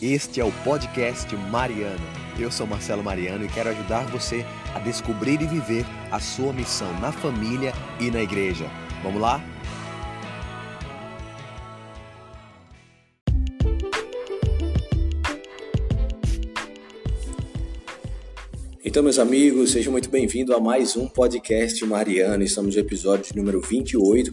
Este é o podcast Mariano. Eu sou Marcelo Mariano e quero ajudar você a descobrir e viver a sua missão na família e na igreja. Vamos lá? Então, meus amigos, sejam muito bem-vindos a mais um podcast Mariano. Estamos no episódio de número 28,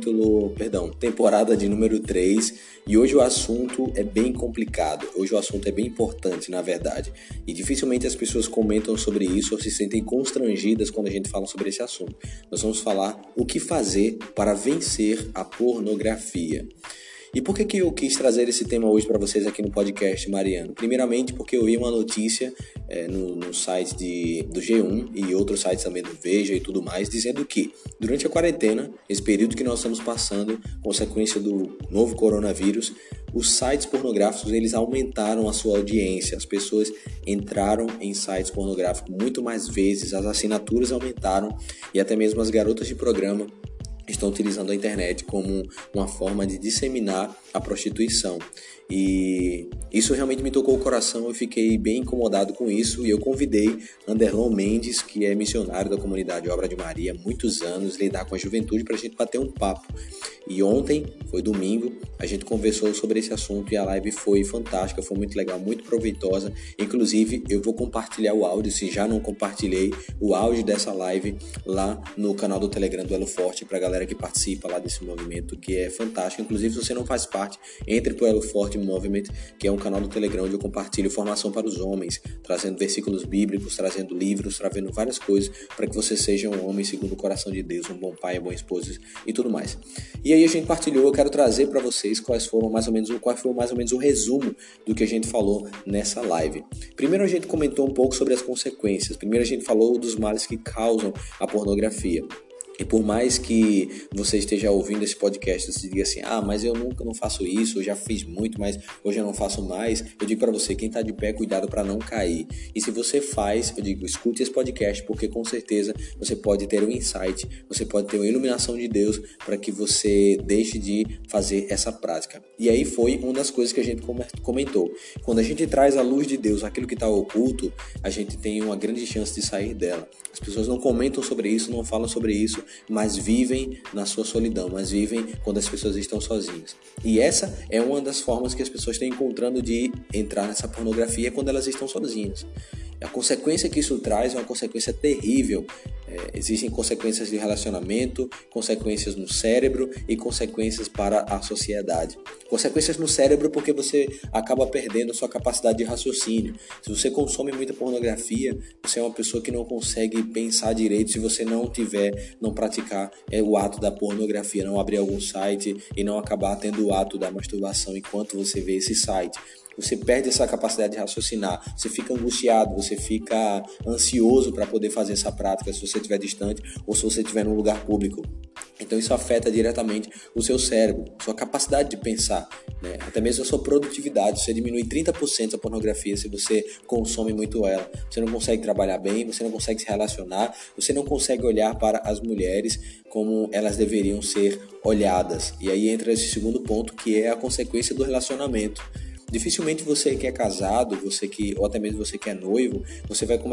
temporada de número 3. E hoje o assunto é bem complicado. Hoje o assunto é bem importante, na verdade. E dificilmente as pessoas comentam sobre isso ou se sentem constrangidas quando a gente fala sobre esse assunto. Nós vamos falar o que fazer para vencer a pornografia. E por que eu quis trazer esse tema hoje para vocês aqui no podcast Mariano? Primeiramente porque eu vi uma notícia no site do G1 e outros sites também do Veja e tudo mais, dizendo que durante a quarentena, esse período que nós estamos passando, consequência do novo coronavírus, os sites pornográficos eles aumentaram a sua audiência, as pessoas entraram em sites pornográficos muito mais vezes, as assinaturas aumentaram e até mesmo as garotas de programa estão utilizando a internet como uma forma de disseminar a prostituição. E isso realmente me tocou o coração, eu fiquei bem incomodado com isso e eu convidei Anderlon Mendes, que é missionário da comunidade Obra de Maria há muitos anos, lidar com a juventude para a gente bater um papo. E ontem, foi domingo, a gente conversou sobre esse assunto e a live foi fantástica, foi muito legal, muito proveitosa. Inclusive, eu vou compartilhar o áudio, se já não compartilhei o áudio dessa live lá no canal do Telegram do Elo Forte, para a galera que participa lá desse movimento, que é fantástico. Inclusive, se você não faz parte, entre para o Elo Forte Movement, que é um canal do Telegram onde eu compartilho formação para os homens, trazendo versículos bíblicos, trazendo livros, trazendo várias coisas para que você seja um homem segundo o coração de Deus, um bom pai, uma boa esposa e tudo mais. E aí a gente partilhou, eu quero trazer para vocês qual foi mais ou menos o resumo do que a gente falou nessa live. Primeiro a gente comentou um pouco sobre as consequências. Primeiro a gente falou dos males que causam a pornografia. E por mais que você esteja ouvindo esse podcast, você diga assim, mas eu nunca não faço isso, eu já fiz muito, mas hoje eu não faço mais. Eu digo para você, quem está de pé, cuidado para não cair. E se você faz, eu digo, escute esse podcast, porque com certeza você pode ter um insight, você pode ter uma iluminação de Deus para que você deixe de fazer essa prática. E aí foi uma das coisas que a gente comentou. Quando a gente traz a luz de Deus, aquilo que está oculto, a gente tem uma grande chance de sair dela. As pessoas não comentam sobre isso, não falam sobre isso, mas vivem na sua solidão, mas vivem quando as pessoas estão sozinhas. E essa é uma das formas que as pessoas estão encontrando de entrar nessa pornografia quando elas estão sozinhas. A consequência que isso traz é uma consequência terrível. Existem consequências de relacionamento, consequências no cérebro e consequências para a sociedade. Consequências no cérebro porque você acaba perdendo a sua capacidade de raciocínio. Se você consome muita pornografia, você é uma pessoa que não consegue pensar direito se você não praticar o ato da pornografia, não abrir algum site e não acabar tendo o ato da masturbação enquanto você vê esse site. Você perde essa capacidade de raciocinar, você fica angustiado, você fica ansioso para poder fazer essa prática se você estiver distante ou se você estiver num lugar público. Então isso afeta diretamente o seu cérebro, sua capacidade de pensar, né? Até mesmo a sua produtividade. Você diminui 30% a pornografia se você consome muito ela. Você não consegue trabalhar bem, você não consegue se relacionar, você não consegue olhar para as mulheres como elas deveriam ser olhadas. E aí entra esse segundo ponto, que é a consequência do relacionamento. Dificilmente você que é casado, ou até mesmo você que é noivo, você vai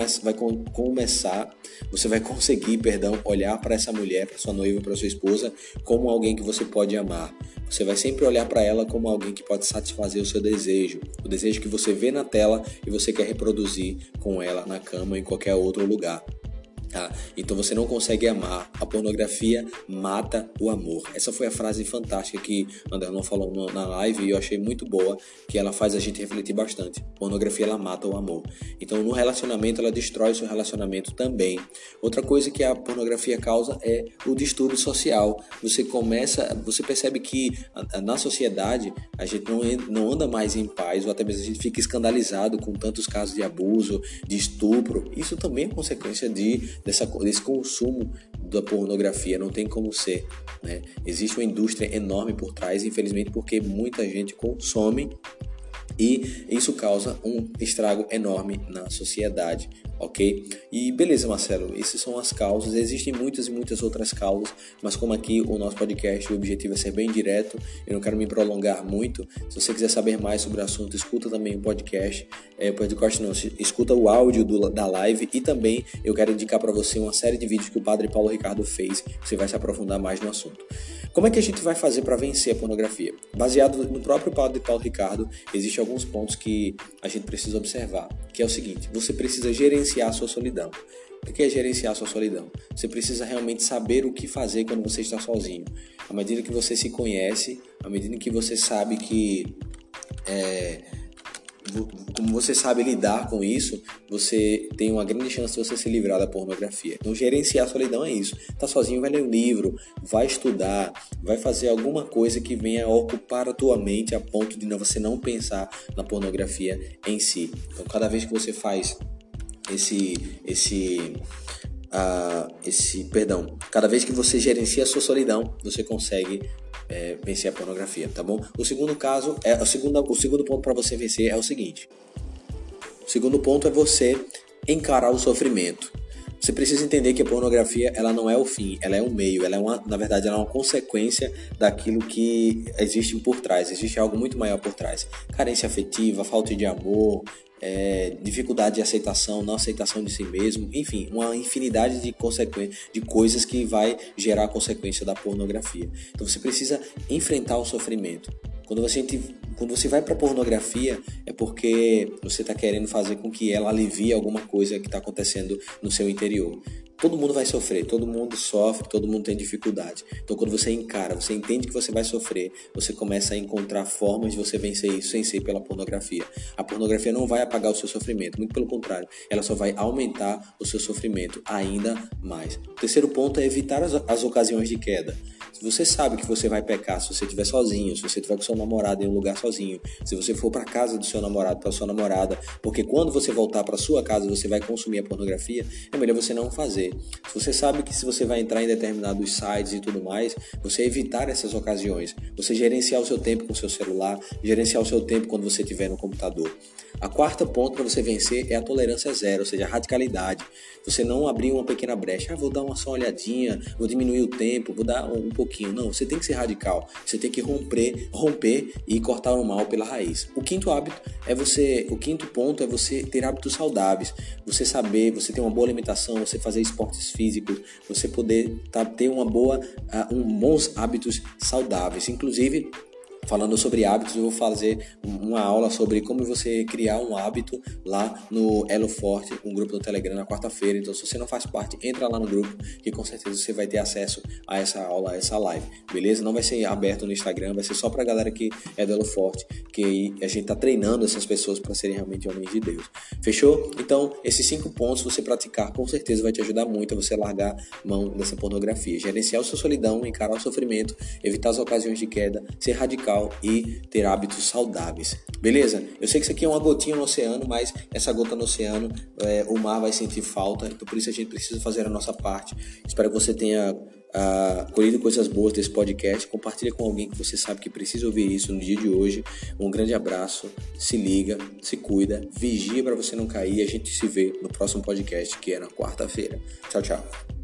conseguir olhar para essa mulher, para sua noiva, para sua esposa, como alguém que você pode amar. Você vai sempre olhar para ela como alguém que pode satisfazer o seu desejo, o desejo que você vê na tela e você quer reproduzir com ela na cama ou em qualquer outro lugar. Então você não consegue amar. A pornografia mata o amor. Essa foi a frase fantástica que Anderlon falou na live e eu achei muito boa, que ela faz a gente refletir bastante. Pornografia, ela mata o amor. Então no relacionamento ela destrói o seu relacionamento também. Outra coisa que a pornografia causa é o distúrbio social. Você percebe que na sociedade a gente não anda mais em paz, ou até mesmo a gente fica escandalizado com tantos casos de abuso, de estupro. Isso também é consequência desse consumo da pornografia, não tem como ser, né? Existe uma indústria enorme por trás, infelizmente, porque muita gente consome e isso causa um estrago enorme na sociedade. ok? E beleza, Marcelo, essas são as causas, existem muitas e muitas outras causas, mas como aqui o nosso podcast, o objetivo é ser bem direto, eu não quero me prolongar muito. Se você quiser saber mais sobre o assunto, escuta também o podcast, escuta o áudio da live, e também eu quero indicar para você uma série de vídeos que o Padre Paulo Ricardo fez, você vai se aprofundar mais no assunto. Como é que a gente vai fazer para vencer a pornografia? Baseado no próprio Padre Paulo Ricardo, existem alguns pontos que a gente precisa observar, que é o seguinte: você precisa gerenciar a sua solidão. O que é gerenciar a sua solidão? Você precisa realmente saber o que fazer quando você está sozinho. À medida que você se conhece, à medida que você sabe como você sabe lidar com isso, você tem uma grande chance de você se livrar da pornografia. Então, gerenciar a solidão é isso. Tá sozinho, vai ler um livro, vai estudar, vai fazer alguma coisa que venha ocupar a tua mente a ponto de você não pensar na pornografia em si. Então, cada vez que você faz cada vez que você gerencia a sua solidão, você consegue vencer a pornografia, tá bom? O segundo ponto para você vencer é o seguinte: o segundo ponto é você encarar o sofrimento. Você precisa entender que a pornografia, ela não é o fim, ela é um meio, na verdade ela é uma consequência daquilo que existe por trás, existe algo muito maior por trás. Carência afetiva, falta de amor, dificuldade de aceitação, não aceitação de si mesmo, enfim, uma infinidade de coisas que vai gerar a consequência da pornografia. Então você precisa enfrentar o sofrimento. Quando você vai para a pornografia, é porque você está querendo fazer com que ela alivie alguma coisa que está acontecendo no seu interior. Todo mundo vai sofrer, todo mundo sofre, todo mundo tem dificuldade. Então, quando você encara, você entende que você vai sofrer, você começa a encontrar formas de você vencer isso sem ser pela pornografia. A pornografia não vai apagar o seu sofrimento, muito pelo contrário, ela só vai aumentar o seu sofrimento ainda mais. O terceiro ponto é evitar as ocasiões de queda. Se você sabe que você vai pecar, se você estiver sozinho, se você estiver com seu namorado em um lugar sozinho, se você for para casa do seu namorado, para sua namorada, porque quando você voltar para sua casa você vai consumir a pornografia, é melhor você não fazer. Se você sabe que se você vai entrar em determinados sites e tudo mais, você evitar essas ocasiões, você gerenciar o seu tempo com o seu celular, gerenciar o seu tempo quando você estiver no computador. A quarta ponto para você vencer é a tolerância zero, ou seja, a radicalidade. Você não abrir uma pequena brecha, vou dar uma só olhadinha, vou diminuir o tempo, vou dar um pouquinho. Não, você tem que ser radical, você tem que romper e cortar o mal pela raiz. O quinto ponto é você ter hábitos saudáveis. Você saber, você ter uma boa alimentação, você fazer esportes físicos, você poder ter bons hábitos saudáveis. Inclusive, falando sobre hábitos, eu vou fazer uma aula sobre como você criar um hábito lá no Elo Forte, um grupo do Telegram, na quarta-feira. Então, se você não faz parte, entra lá no grupo que com certeza você vai ter acesso a essa aula, a essa live, beleza? Não vai ser aberto no Instagram, vai ser só pra galera que é do Elo Forte, que a gente tá treinando essas pessoas para serem realmente homens de Deus. Fechou? Então, esses 5 pontos, se você praticar, com certeza vai te ajudar muito a você largar mão dessa pornografia. Gerenciar a sua solidão, encarar o sofrimento, evitar as ocasiões de queda, ser radical e ter hábitos saudáveis. Beleza? Eu sei que isso aqui é uma gotinha no oceano, mas essa gota no oceano, o mar vai sentir falta, então por isso a gente precisa fazer a nossa parte. Espero que você tenha colhido coisas boas desse podcast. Compartilha com alguém que você sabe que precisa ouvir isso no dia de hoje. Um grande abraço, se liga, se cuida, vigia para você não cair. A gente se vê no próximo podcast, que é na quarta-feira. Tchau, tchau.